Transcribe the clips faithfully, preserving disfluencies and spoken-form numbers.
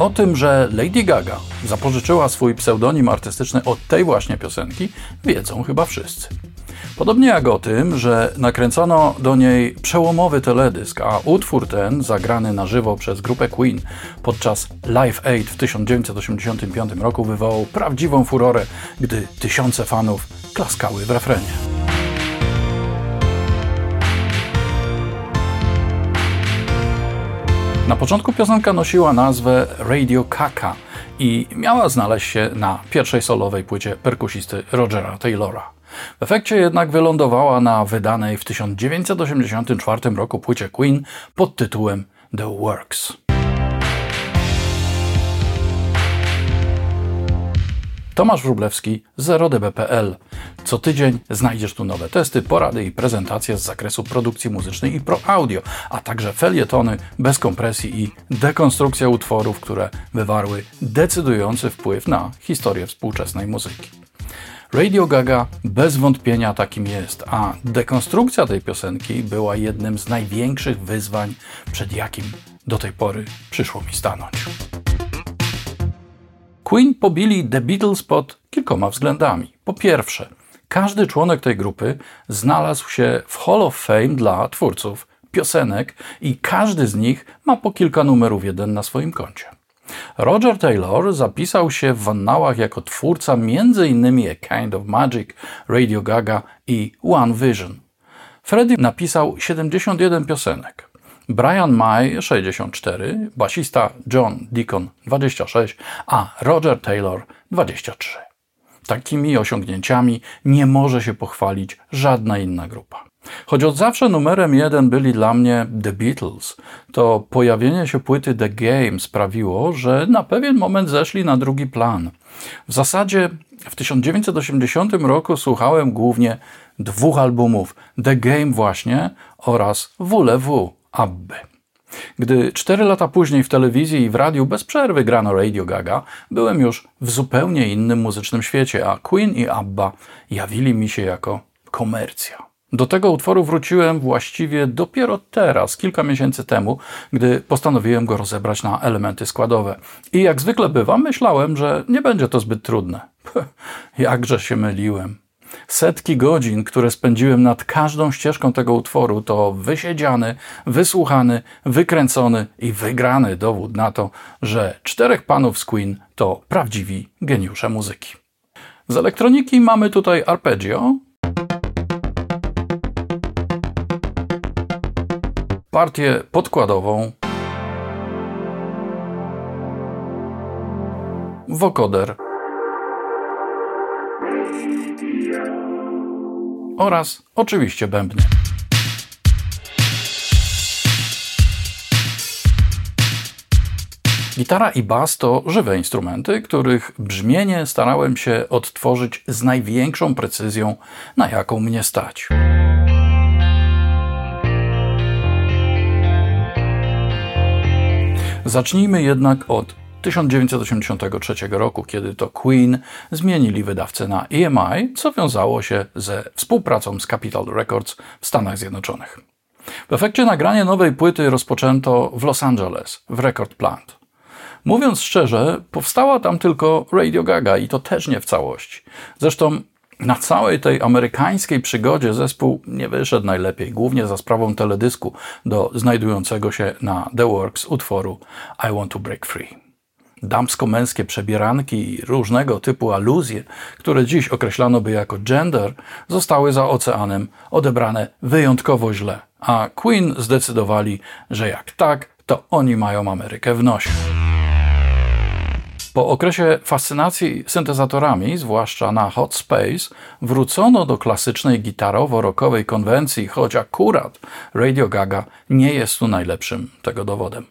O tym, że Lady Gaga zapożyczyła swój pseudonim artystyczny od tej właśnie piosenki, wiedzą chyba wszyscy. Podobnie jak o tym, że nakręcono do niej przełomowy teledysk, a utwór ten, zagrany na żywo przez grupę Queen podczas Live Aid w tysiąc dziewięćset osiemdziesiątym piątym roku, wywołał prawdziwą furorę, gdy tysiące fanów klaskały w refrenie. Na początku piosenka nosiła nazwę Radio Gaga i miała znaleźć się na pierwszej solowej płycie perkusisty Rogera Taylora. W efekcie jednak wylądowała na wydanej w tysiąc dziewięćset osiemdziesiątym czwartym roku płycie Queen pod tytułem The Works. Tomasz Wróblewski, zero d b kropka p l. Co tydzień znajdziesz tu nowe testy, porady i prezentacje z zakresu produkcji muzycznej i pro audio, a także felietony bez kompresji i dekonstrukcja utworów, które wywarły decydujący wpływ na historię współczesnej muzyki. Radio Gaga bez wątpienia takim jest, a dekonstrukcja tej piosenki była jednym z największych wyzwań, przed jakim do tej pory przyszło mi stanąć. Queen pobili The Beatles pod kilkoma względami. Po pierwsze, każdy członek tej grupy znalazł się w Hall of Fame dla twórców piosenek i każdy z nich ma po kilka numerów jeden na swoim koncie. Roger Taylor zapisał się w annałach jako twórca między innymi A Kind of Magic, Radio Gaga i One Vision. Freddie napisał siedemdziesiąt jeden piosenek, Brian May sześćdziesiąt cztery, basista John Deacon dwadzieścia sześć, a Roger Taylor dwadzieścia trzy. Takimi osiągnięciami nie może się pochwalić żadna inna grupa. Choć od zawsze numerem jeden byli dla mnie The Beatles, to pojawienie się płyty The Game sprawiło, że na pewien moment zeszli na drugi plan. W zasadzie w tysiąc dziewięćset osiemdziesiątym roku słuchałem głównie dwóch albumów, The Game właśnie oraz Voulez-Vous Abby. Gdy cztery lata później w telewizji i w radiu bez przerwy grano Radio Gaga, byłem już w zupełnie innym muzycznym świecie, a Queen i Abba jawili mi się jako komercja. Do tego utworu wróciłem właściwie dopiero teraz, kilka miesięcy temu, gdy postanowiłem go rozebrać na elementy składowe. I jak zwykle bywa, myślałem, że nie będzie to zbyt trudne. Jakże się myliłem. Setki godzin, które spędziłem nad każdą ścieżką tego utworu, to wysiedziany, wysłuchany, wykręcony i wygrany dowód na to, że czterech panów z Queen to prawdziwi geniusze muzyki. Z elektroniki mamy tutaj arpeggio, partię podkładową, wokoder oraz oczywiście bębny. Gitara i bas to żywe instrumenty, których brzmienie starałem się odtworzyć z największą precyzją, na jaką mnie stać. Zacznijmy jednak od tysiąc dziewięćset osiemdziesiątego trzeciego roku, kiedy to Queen zmienili wydawcę na E M I, co wiązało się ze współpracą z Capitol Records w Stanach Zjednoczonych. W efekcie nagranie nowej płyty rozpoczęto w Los Angeles, w Record Plant. Mówiąc szczerze, powstała tam tylko Radio Gaga i to też nie w całości. Zresztą na całej tej amerykańskiej przygodzie zespół nie wyszedł najlepiej, głównie za sprawą teledysku do znajdującego się na The Works utworu I Want to Break Free. Damsko-męskie przebieranki i różnego typu aluzje, które dziś określano by jako gender, zostały za oceanem odebrane wyjątkowo źle, a Queen zdecydowali, że jak tak, to oni mają Amerykę w nosie. Po okresie fascynacji syntezatorami, zwłaszcza na Hot Space, wrócono do klasycznej gitarowo-rockowej konwencji, choć akurat Radio Gaga nie jest tu najlepszym tego dowodem.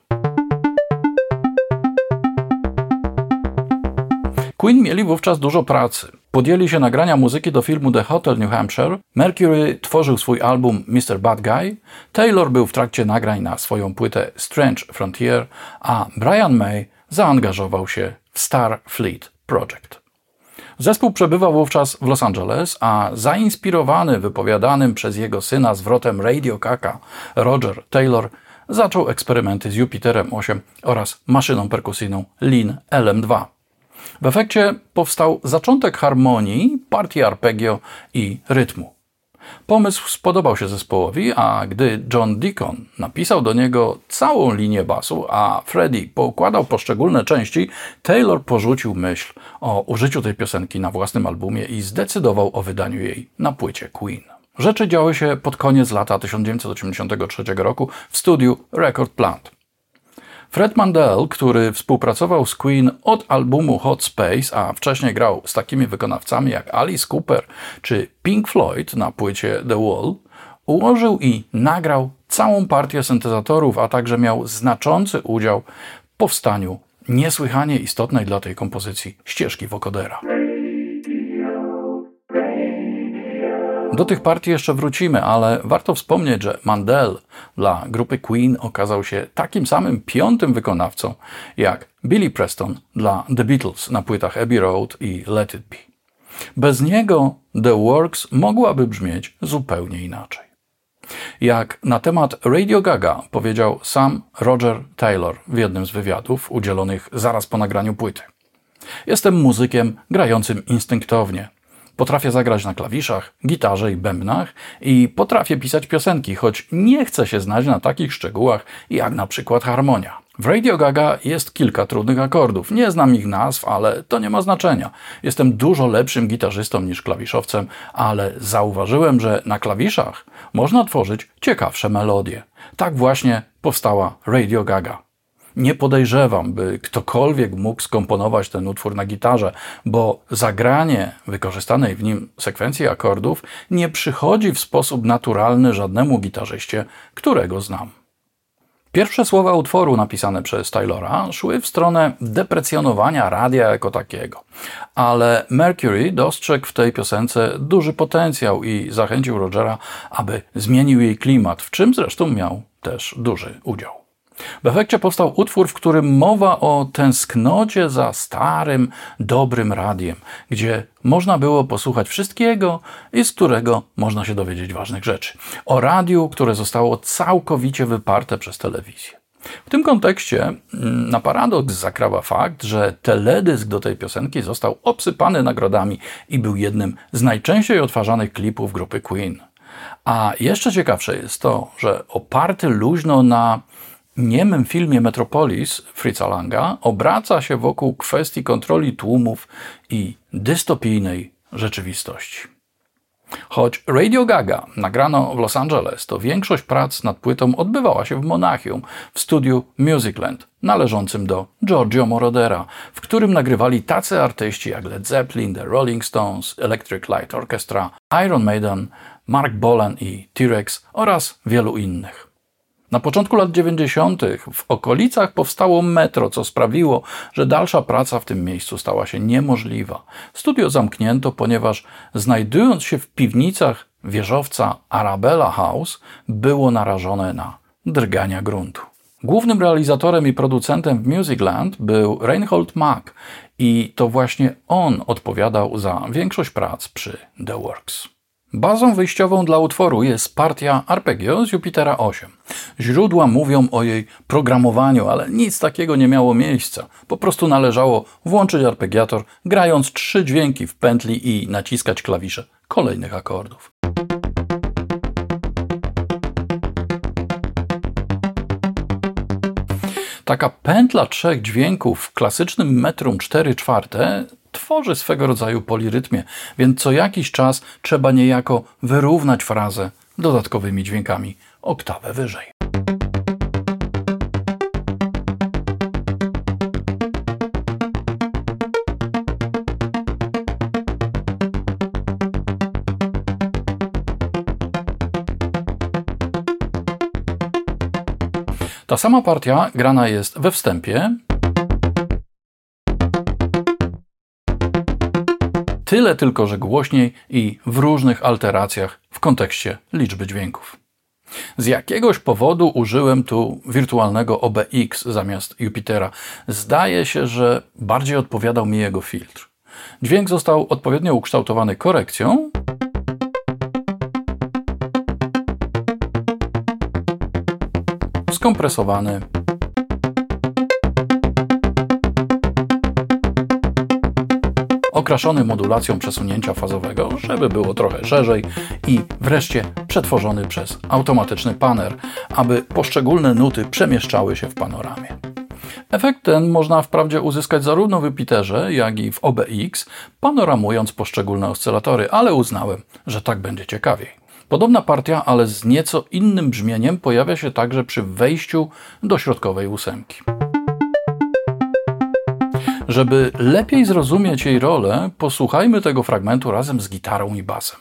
Queen mieli wówczas dużo pracy. Podjęli się nagrania muzyki do filmu The Hotel New Hampshire, Mercury tworzył swój album mister Bad Guy, Taylor był w trakcie nagrań na swoją płytę Strange Frontier, a Brian May zaangażował się w Starfleet Project. Zespół przebywał wówczas w Los Angeles, a zainspirowany wypowiadanym przez jego syna zwrotem Radio Gaga, Roger Taylor zaczął eksperymenty z Jupiterem osiem oraz maszyną perkusyjną Lin L M dwa. W efekcie powstał zaczątek harmonii, partii arpeggio i rytmu. Pomysł spodobał się zespołowi, a gdy John Deacon napisał do niego całą linię basu, a Freddie poukładał poszczególne części, Taylor porzucił myśl o użyciu tej piosenki na własnym albumie i zdecydował o wydaniu jej na płycie Queen. Rzeczy działy się pod koniec lata tysiąc dziewięćset osiemdziesiątego trzeciego roku w studiu Record Plant. Fred Mandel, który współpracował z Queen od albumu Hot Space, a wcześniej grał z takimi wykonawcami jak Alice Cooper czy Pink Floyd na płycie The Wall, ułożył i nagrał całą partię syntezatorów, a także miał znaczący udział w powstaniu niesłychanie istotnej dla tej kompozycji ścieżki wokodera. Do tych partii jeszcze wrócimy, ale warto wspomnieć, że Mandel dla grupy Queen okazał się takim samym piątym wykonawcą jak Billy Preston dla The Beatles na płytach Abbey Road i Let It Be. Bez niego The Works mogłaby brzmieć zupełnie inaczej. Jak na temat Radio Gaga powiedział sam Roger Taylor w jednym z wywiadów udzielonych zaraz po nagraniu płyty. Jestem muzykiem grającym instynktownie. Potrafię zagrać na klawiszach, gitarze i bębnach i potrafię pisać piosenki, choć nie chcę się znać na takich szczegółach jak na przykład harmonia. W Radio Gaga jest kilka trudnych akordów. Nie znam ich nazw, ale to nie ma znaczenia. Jestem dużo lepszym gitarzystą niż klawiszowcem, ale zauważyłem, że na klawiszach można tworzyć ciekawsze melodie. Tak właśnie powstała Radio Gaga. Nie podejrzewam, by ktokolwiek mógł skomponować ten utwór na gitarze, bo zagranie wykorzystanej w nim sekwencji akordów nie przychodzi w sposób naturalny żadnemu gitarzyście, którego znam. Pierwsze słowa utworu napisane przez Taylora szły w stronę deprecjonowania radia jako takiego, ale Mercury dostrzegł w tej piosence duży potencjał i zachęcił Rogera, aby zmienił jej klimat, w czym zresztą miał też duży udział. W efekcie powstał utwór, w którym mowa o tęsknocie za starym, dobrym radiem, gdzie można było posłuchać wszystkiego i z którego można się dowiedzieć ważnych rzeczy. O radiu, które zostało całkowicie wyparte przez telewizję. W tym kontekście na paradoks zakrawa fakt, że teledysk do tej piosenki został obsypany nagrodami i był jednym z najczęściej odtwarzanych klipów grupy Queen. A jeszcze ciekawsze jest to, że oparty luźno na niemym filmie Metropolis Fritza Langa obraca się wokół kwestii kontroli tłumów i dystopijnej rzeczywistości. Choć Radio Gaga nagrano w Los Angeles, to większość prac nad płytą odbywała się w Monachium, w studiu Musicland, należącym do Giorgio Morodera, w którym nagrywali tacy artyści jak Led Zeppelin, The Rolling Stones, Electric Light Orchestra, Iron Maiden, Mark Bolan i T-Rex oraz wielu innych. Na początku lat dziewięćdziesiątych w okolicach powstało metro, co sprawiło, że dalsza praca w tym miejscu stała się niemożliwa. Studio zamknięto, ponieważ znajdując się w piwnicach wieżowca Arabella House, było narażone na drgania gruntu. Głównym realizatorem i producentem w Musicland był Reinhold Mack i to właśnie on odpowiadał za większość prac przy The Works. Bazą wyjściową dla utworu jest partia arpeggio z Jupitera osiem. Źródła mówią o jej programowaniu, ale nic takiego nie miało miejsca. Po prostu należało włączyć arpeggiator, grając trzy dźwięki w pętli i naciskać klawisze kolejnych akordów. Taka pętla trzech dźwięków w klasycznym metrum cztery czwarte tworzy swego rodzaju polirytmię, więc co jakiś czas trzeba niejako wyrównać frazę dodatkowymi dźwiękami oktawę wyżej. Ta sama partia grana jest we wstępie, tyle tylko, że głośniej i w różnych alteracjach w kontekście liczby dźwięków. Z jakiegoś powodu użyłem tu wirtualnego O B X zamiast Jupitera. Zdaje się, że bardziej odpowiadał mi jego filtr. Dźwięk został odpowiednio ukształtowany korekcją, skompresowany. Okraszony modulacją przesunięcia fazowego, żeby było trochę szerzej i wreszcie przetworzony przez automatyczny paner, aby poszczególne nuty przemieszczały się w panoramie. Efekt ten można wprawdzie uzyskać zarówno w Jupiterze, jak i w O B X, panoramując poszczególne oscylatory, ale uznałem, że tak będzie ciekawiej. Podobna partia, ale z nieco innym brzmieniem pojawia się także przy wejściu do środkowej ósemki. Żeby lepiej zrozumieć jej rolę, posłuchajmy tego fragmentu razem z gitarą i basem.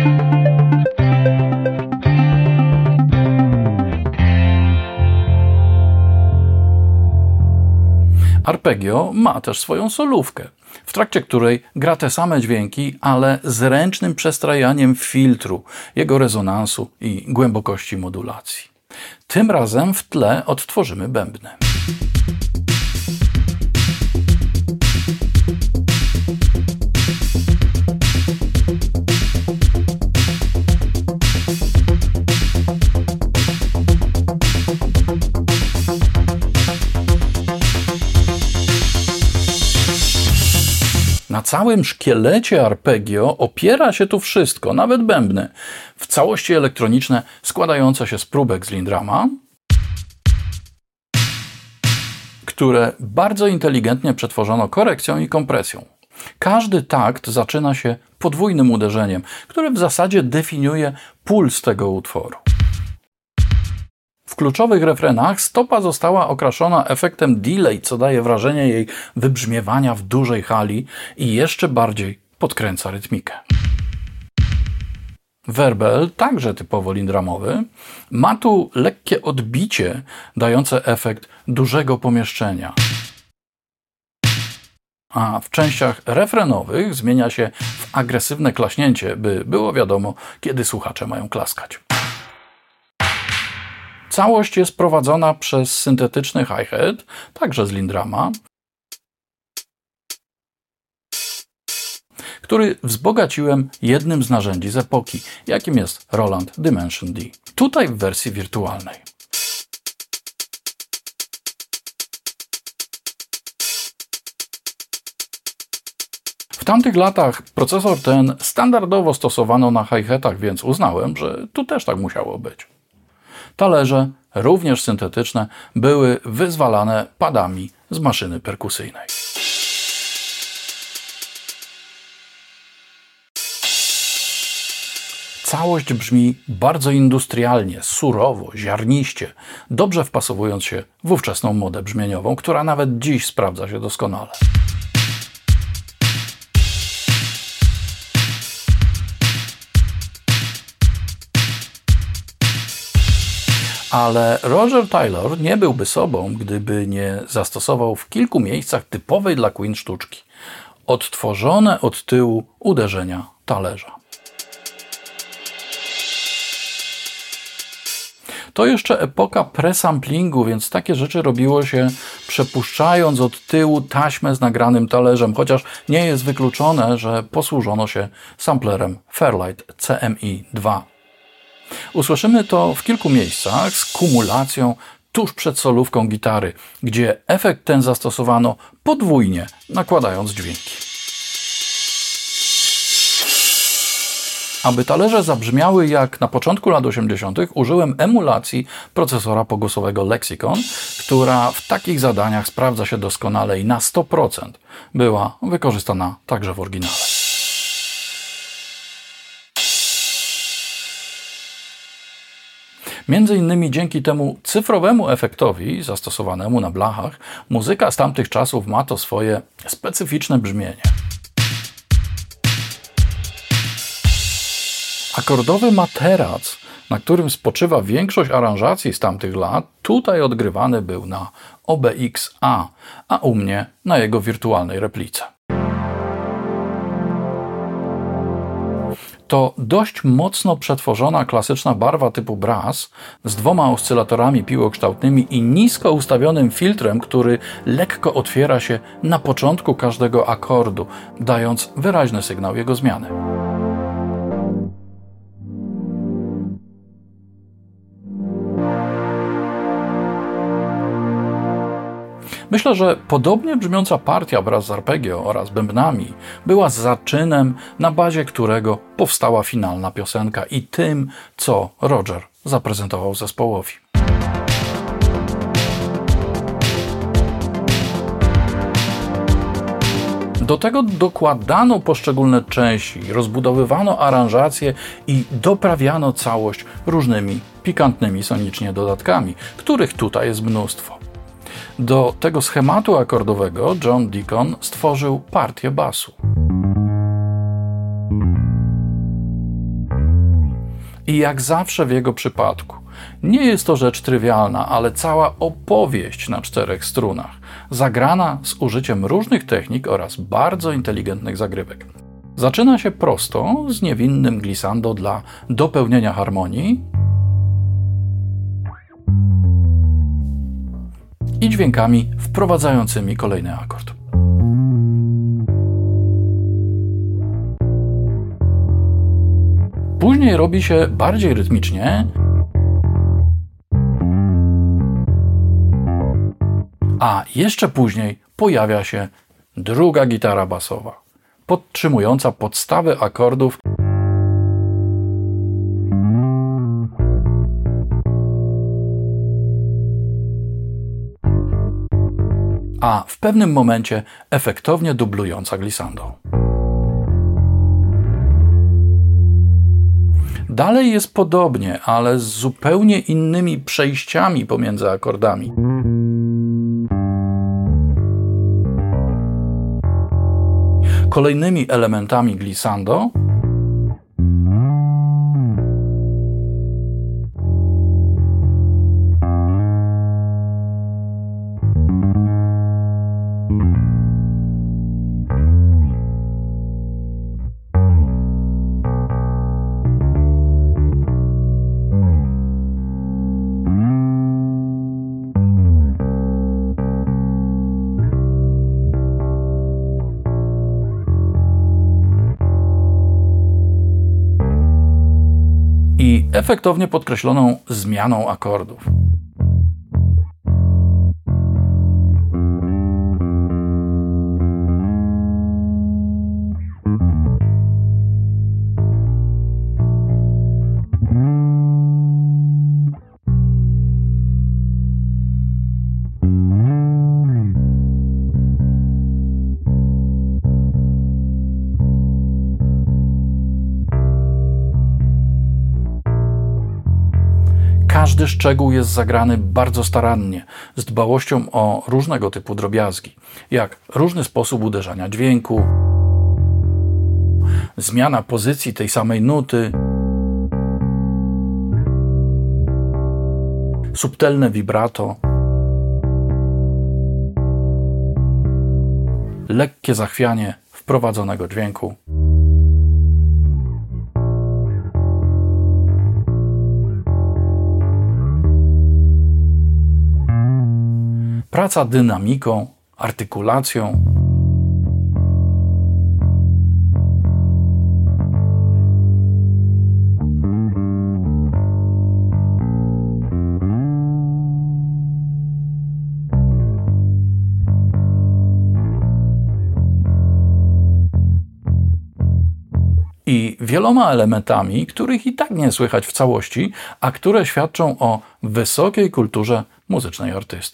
Arpeggio ma też swoją solówkę, w trakcie której gra te same dźwięki, ale z ręcznym przestrajaniem filtru, jego rezonansu i głębokości modulacji. Tym razem w tle odtworzymy bębny. Na całym szkielecie arpeggio opiera się tu wszystko, nawet bębny, w całości elektroniczne składające się z próbek z Lindrama, które bardzo inteligentnie przetworzono korekcją i kompresją. Każdy takt zaczyna się podwójnym uderzeniem, które w zasadzie definiuje puls tego utworu. W kluczowych refrenach stopa została okraszona efektem delay, co daje wrażenie jej wybrzmiewania w dużej hali i jeszcze bardziej podkręca rytmikę. Werbel, także typowo lindramowy, ma tu lekkie odbicie dające efekt dużego pomieszczenia. A w częściach refrenowych zmienia się w agresywne klaśnięcie, by było wiadomo, kiedy słuchacze mają klaskać. Całość jest prowadzona przez syntetyczny hi-hat, także z Lindrama, który wzbogaciłem jednym z narzędzi z epoki, jakim jest Roland Dimension D. Tutaj w wersji wirtualnej. W tamtych latach procesor ten standardowo stosowano na hi-hatach, więc uznałem, że tu też tak musiało być. Talerze, również syntetyczne, były wyzwalane padami z maszyny perkusyjnej. Całość brzmi bardzo industrialnie, surowo, ziarniście, dobrze wpasowując się w ówczesną modę brzmieniową, która nawet dziś sprawdza się doskonale. Ale Roger Taylor nie byłby sobą, gdyby nie zastosował w kilku miejscach typowej dla Queen sztuczki. Odtworzone od tyłu uderzenia talerza. To jeszcze epoka presamplingu, więc takie rzeczy robiło się przepuszczając od tyłu taśmę z nagranym talerzem, chociaż nie jest wykluczone, że posłużono się samplerem Fairlight C M I dwa. Usłyszymy to w kilku miejscach z kumulacją tuż przed solówką gitary, gdzie efekt ten zastosowano podwójnie, nakładając dźwięki. Aby talerze zabrzmiały jak na początku lat osiemdziesiątych, użyłem emulacji procesora pogłosowego Lexicon, która w takich zadaniach sprawdza się doskonale i na sto procent była wykorzystana także w oryginale. Między innymi dzięki temu cyfrowemu efektowi zastosowanemu na blachach, muzyka z tamtych czasów ma to swoje specyficzne brzmienie. Akordowy materac, na którym spoczywa większość aranżacji z tamtych lat, tutaj odgrywany był na O B X A, a u mnie na jego wirtualnej replice. To dość mocno przetworzona klasyczna barwa typu brass z dwoma oscylatorami piłokształtnymi i nisko ustawionym filtrem, który lekko otwiera się na początku każdego akordu, dając wyraźny sygnał jego zmiany. Myślę, że podobnie brzmiąca partia wraz z arpeggio oraz bębnami była zaczynem, na bazie którego powstała finalna piosenka i tym, co Roger zaprezentował zespołowi. Do tego dokładano poszczególne części, rozbudowywano aranżacje i doprawiano całość różnymi pikantnymi sonicznie dodatkami, których tutaj jest mnóstwo. Do tego schematu akordowego John Deacon stworzył partię basu. I jak zawsze w jego przypadku, nie jest to rzecz trywialna, ale cała opowieść na czterech strunach, zagrana z użyciem różnych technik oraz bardzo inteligentnych zagrywek. Zaczyna się prosto z niewinnym glissando dla dopełnienia harmonii i dźwiękami wprowadzającymi kolejny akord. Później robi się bardziej rytmicznie, a jeszcze później pojawia się druga gitara basowa, podtrzymująca podstawy akordów a w pewnym momencie efektownie dublująca glissando. Dalej jest podobnie, ale z zupełnie innymi przejściami pomiędzy akordami. Kolejnymi elementami glissando i efektownie podkreśloną zmianą akordów. Każdy szczegół jest zagrany bardzo starannie, z dbałością o różnego typu drobiazgi, jak różny sposób uderzania dźwięku, zmiana pozycji tej samej nuty, subtelne vibrato, lekkie zachwianie wprowadzonego dźwięku. Praca dynamiką, artykulacją. I wieloma elementami, których i tak nie słychać w całości, a które świadczą o wysokiej kulturze muzycznej artysty.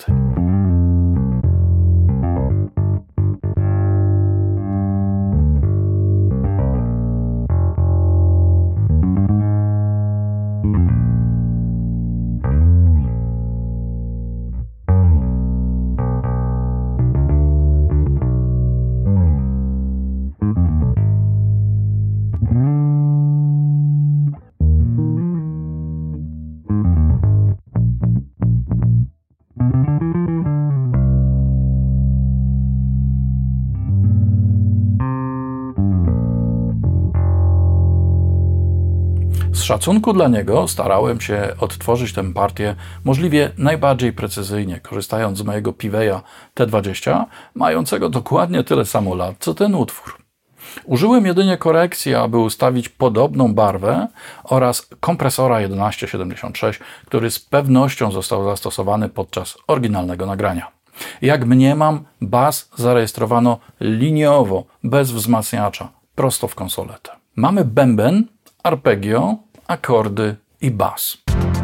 Z szacunku dla niego starałem się odtworzyć tę partię możliwie najbardziej precyzyjnie, korzystając z mojego Piveya T dwadzieścia, mającego dokładnie tyle samo lat, co ten utwór. Użyłem jedynie korekcji, aby ustawić podobną barwę oraz kompresora jedenaście siedemdziesiąt sześć, który z pewnością został zastosowany podczas oryginalnego nagrania. Jak mniemam, bas zarejestrowano liniowo, bez wzmacniacza, prosto w konsoletę. Mamy bęben, arpeggio, akordy i bas.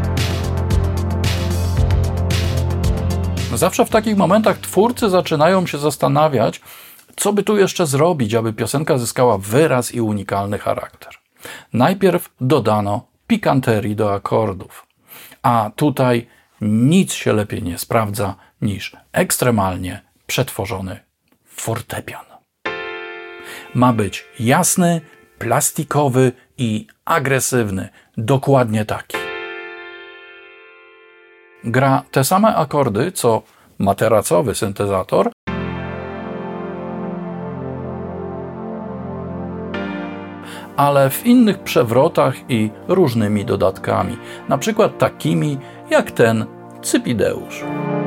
Zawsze w takich momentach twórcy zaczynają się zastanawiać, co by tu jeszcze zrobić, aby piosenka zyskała wyraz i unikalny charakter. Najpierw dodano pikanterii do akordów, a tutaj nic się lepiej nie sprawdza niż ekstremalnie przetworzony fortepian. Ma być jasny, plastikowy i agresywny, dokładnie taki. Gra te same akordy, co materacowy syntezator, ale w innych przewrotach i różnymi dodatkami, na przykład takimi jak ten Cypideusz.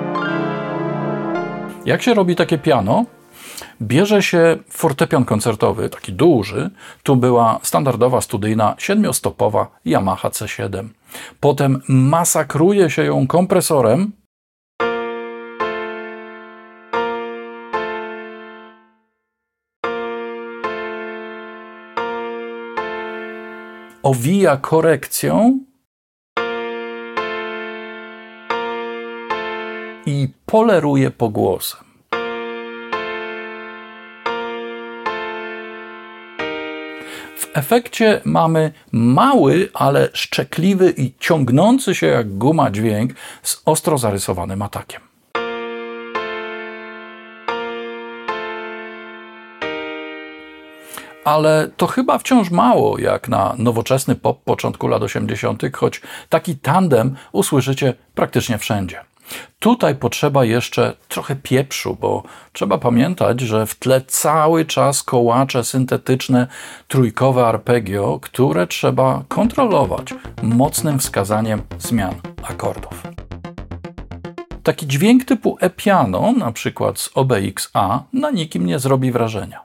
Jak się robi takie piano? Bierze się fortepian koncertowy, taki duży, tu była standardowa studyjna siedmiostopowa Yamaha C siedem. Potem masakruje się ją kompresorem, owija korekcją i poleruje pogłosem. W efekcie mamy mały, ale szczekliwy i ciągnący się jak guma dźwięk z ostro zarysowanym atakiem. Ale to chyba wciąż mało jak na nowoczesny pop początku lat osiemdziesiątych, choć taki tandem usłyszycie praktycznie wszędzie. Tutaj potrzeba jeszcze trochę pieprzu, bo trzeba pamiętać, że w tle cały czas kołacze syntetyczne trójkowe arpeggio, które trzeba kontrolować mocnym wskazaniem zmian akordów. Taki dźwięk typu e-piano, na przykład z O B X A, na nikim nie zrobi wrażenia.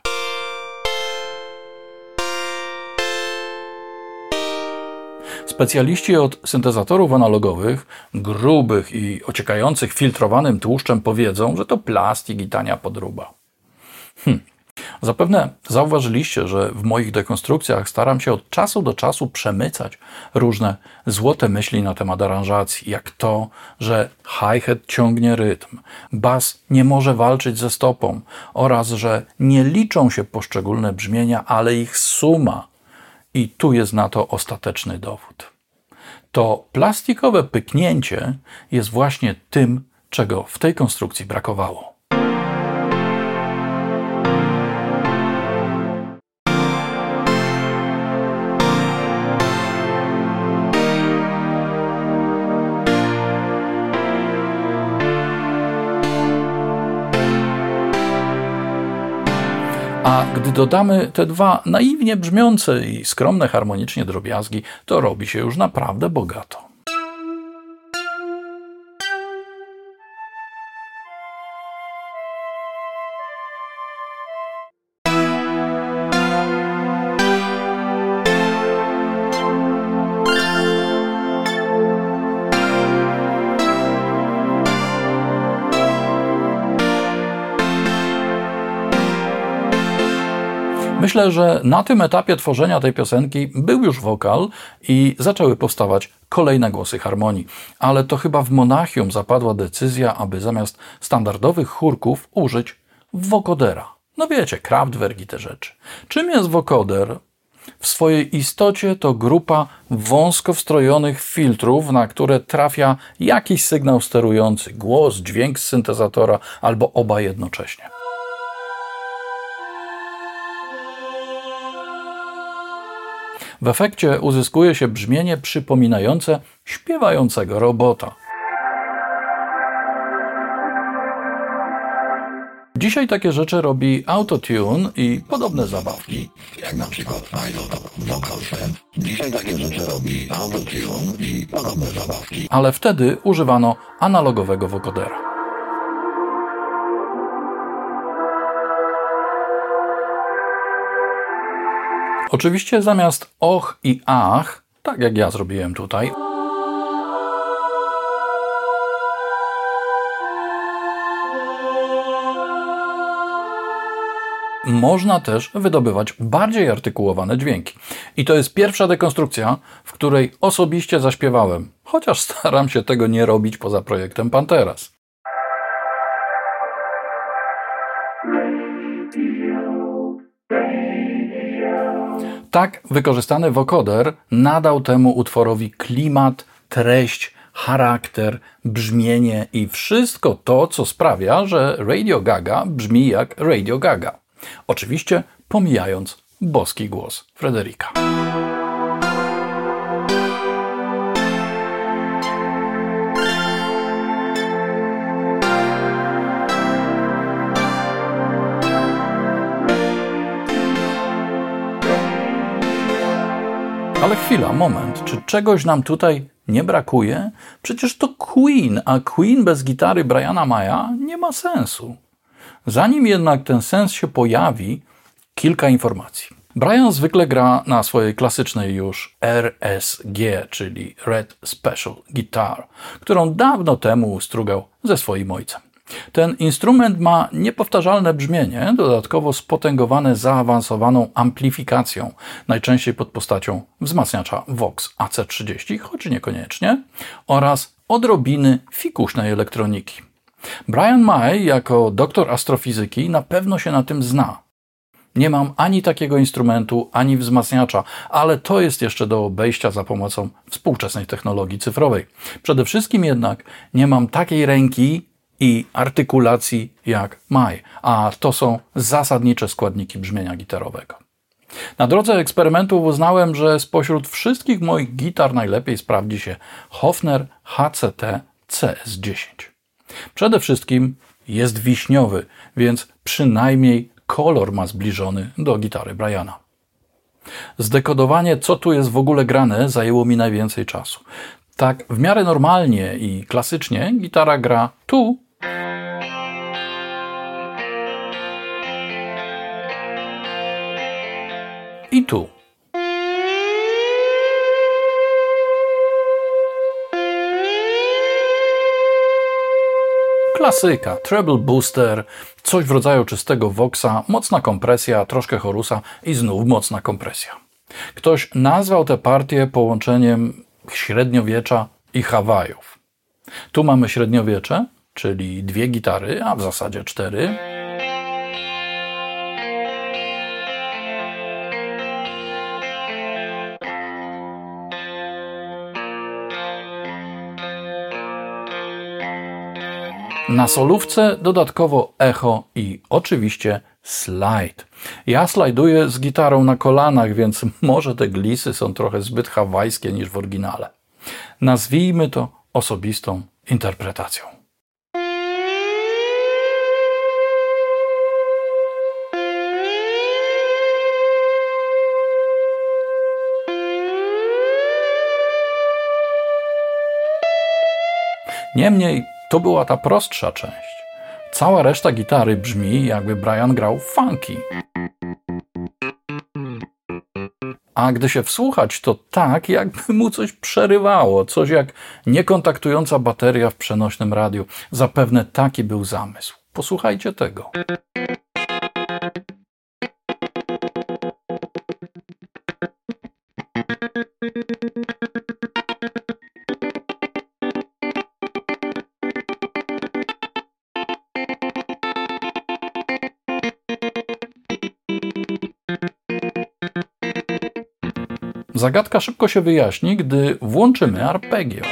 Specjaliści od syntezatorów analogowych, grubych i ociekających filtrowanym tłuszczem, powiedzą, że to plastik i tania podróba. Hm. Zapewne zauważyliście, że w moich dekonstrukcjach staram się od czasu do czasu przemycać różne złote myśli na temat aranżacji, jak to, że hi-hat ciągnie rytm, bas nie może walczyć ze stopą oraz, że nie liczą się poszczególne brzmienia, ale ich suma. I tu jest na to ostateczny dowód. To plastikowe pyknięcie jest właśnie tym, czego w tej konstrukcji brakowało. A gdy dodamy te dwa naiwnie brzmiące i skromne harmonicznie drobiazgi, to robi się już naprawdę bogato. Myślę, że na tym etapie tworzenia tej piosenki był już wokal i zaczęły powstawać kolejne głosy harmonii. Ale to chyba w Monachium zapadła decyzja, aby zamiast standardowych chórków użyć wokodera. No wiecie, Kraftwerk i te rzeczy. Czym jest wokoder? W swojej istocie to grupa wąsko wstrojonych filtrów, na które trafia jakiś sygnał sterujący, głos, dźwięk z syntezatora albo oba jednocześnie. W efekcie uzyskuje się brzmienie przypominające śpiewającego robota. Dzisiaj takie rzeczy robi autotune i podobne zabawki. Jak na przykład Isotope Vocal Send. Dzisiaj takie rzeczy robi autotune i podobne zabawki. Ale wtedy używano analogowego wokodera. Oczywiście zamiast och i ach, tak jak ja zrobiłem tutaj, można też wydobywać bardziej artykułowane dźwięki. I to jest pierwsza dekonstrukcja, w której osobiście zaśpiewałem, chociaż staram się tego nie robić poza projektem Panteras. Tak wykorzystany wokoder nadał temu utworowi klimat, treść, charakter, brzmienie i wszystko to, co sprawia, że Radio Gaga brzmi jak Radio Gaga. Oczywiście pomijając boski głos Frederika. Ale chwila, moment, czy czegoś nam tutaj nie brakuje? Przecież to Queen, a Queen bez gitary Briana Maya nie ma sensu. Zanim jednak ten sens się pojawi, kilka informacji. Brian zwykle gra na swojej klasycznej już R S G, czyli Red Special Guitar, którą dawno temu strugał ze swoim ojcem. Ten instrument ma niepowtarzalne brzmienie, dodatkowo spotęgowane zaawansowaną amplifikacją, najczęściej pod postacią wzmacniacza Vox A C trzydzieści, choć niekoniecznie, oraz odrobiny fikuśnej elektroniki. Brian May jako doktor astrofizyki na pewno się na tym zna. Nie mam ani takiego instrumentu, ani wzmacniacza, ale to jest jeszcze do obejścia za pomocą współczesnej technologii cyfrowej. Przede wszystkim jednak nie mam takiej ręki i artykulacji jak May, a to są zasadnicze składniki brzmienia gitarowego. Na drodze eksperymentów uznałem, że spośród wszystkich moich gitar najlepiej sprawdzi się Hofner H C T C S dziesięć. Przede wszystkim jest wiśniowy, więc przynajmniej kolor ma zbliżony do gitary Briana. Zdekodowanie, co tu jest w ogóle grane, zajęło mi najwięcej czasu. Tak w miarę normalnie i klasycznie gitara gra tu i tu. Klasyka, treble booster, coś w rodzaju czystego Voxa, mocna kompresja, troszkę chorusa i znów mocna kompresja. Ktoś nazwał tę partię połączeniem średniowiecza i Hawajów. Tu mamy średniowiecze, czyli dwie gitary, a w zasadzie cztery. Na solówce dodatkowo echo i oczywiście slide. Ja slajduję z gitarą na kolanach, więc może te glisy są trochę zbyt hawajskie niż w oryginale. Nazwijmy to osobistą interpretacją. Niemniej to była ta prostsza część. Cała reszta gitary brzmi, jakby Brian grał funky. A gdy się wsłuchać, to tak, jakby mu coś przerywało, coś jak niekontaktująca bateria w przenośnym radiu. Zapewne taki był zamysł. Posłuchajcie tego. Zagadka szybko się wyjaśni, gdy włączymy arpeggio.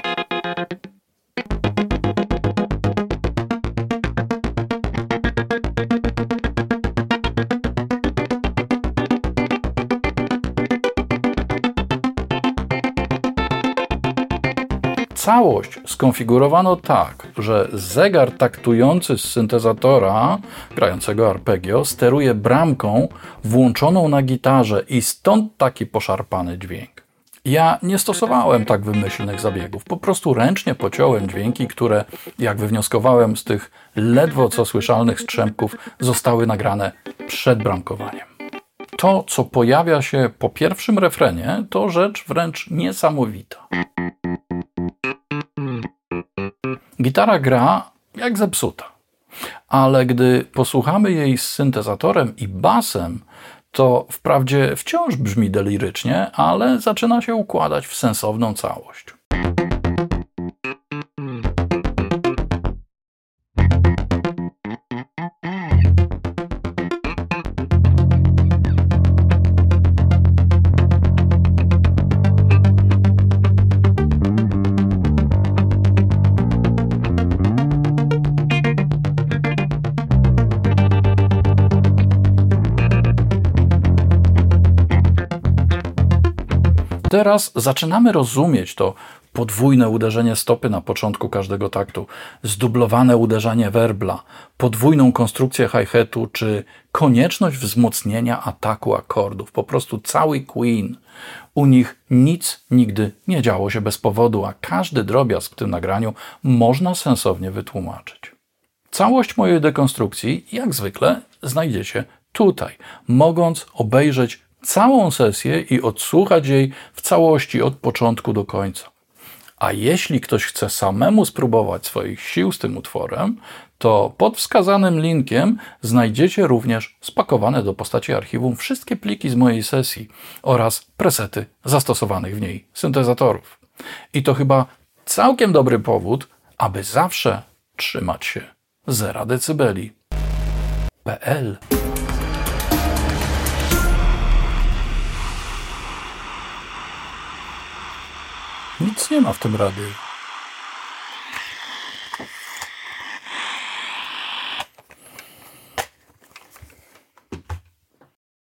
Całość skonfigurowano tak, że zegar taktujący z syntezatora grającego arpeggio steruje bramką włączoną na gitarze i stąd taki poszarpany dźwięk. Ja nie stosowałem tak wymyślnych zabiegów, po prostu ręcznie pociąłem dźwięki, które, jak wywnioskowałem z tych ledwo co słyszalnych strzępków, zostały nagrane przed bramkowaniem. To, co pojawia się po pierwszym refrenie, to rzecz wręcz niesamowita. Gitara gra jak zepsuta, ale gdy posłuchamy jej z syntezatorem i basem, to wprawdzie wciąż brzmi delirycznie, ale zaczyna się układać w sensowną całość. Teraz zaczynamy rozumieć to podwójne uderzenie stopy na początku każdego taktu, zdublowane uderzanie werbla, podwójną konstrukcję hi-hatu czy konieczność wzmocnienia ataku akordów. Po prostu cały Queen. U nich nic nigdy nie działo się bez powodu, a każdy drobiazg w tym nagraniu można sensownie wytłumaczyć. Całość mojej dekonstrukcji, jak zwykle, znajdziecie tutaj, mogąc obejrzeć całą sesję i odsłuchać jej w całości od początku do końca. A jeśli ktoś chce samemu spróbować swoich sił z tym utworem, to pod wskazanym linkiem znajdziecie również spakowane do postaci archiwum wszystkie pliki z mojej sesji oraz presety zastosowanych w niej syntezatorów. I to chyba całkiem dobry powód, aby zawsze trzymać się zera decybeli. P L Nic nie ma w tym radiu.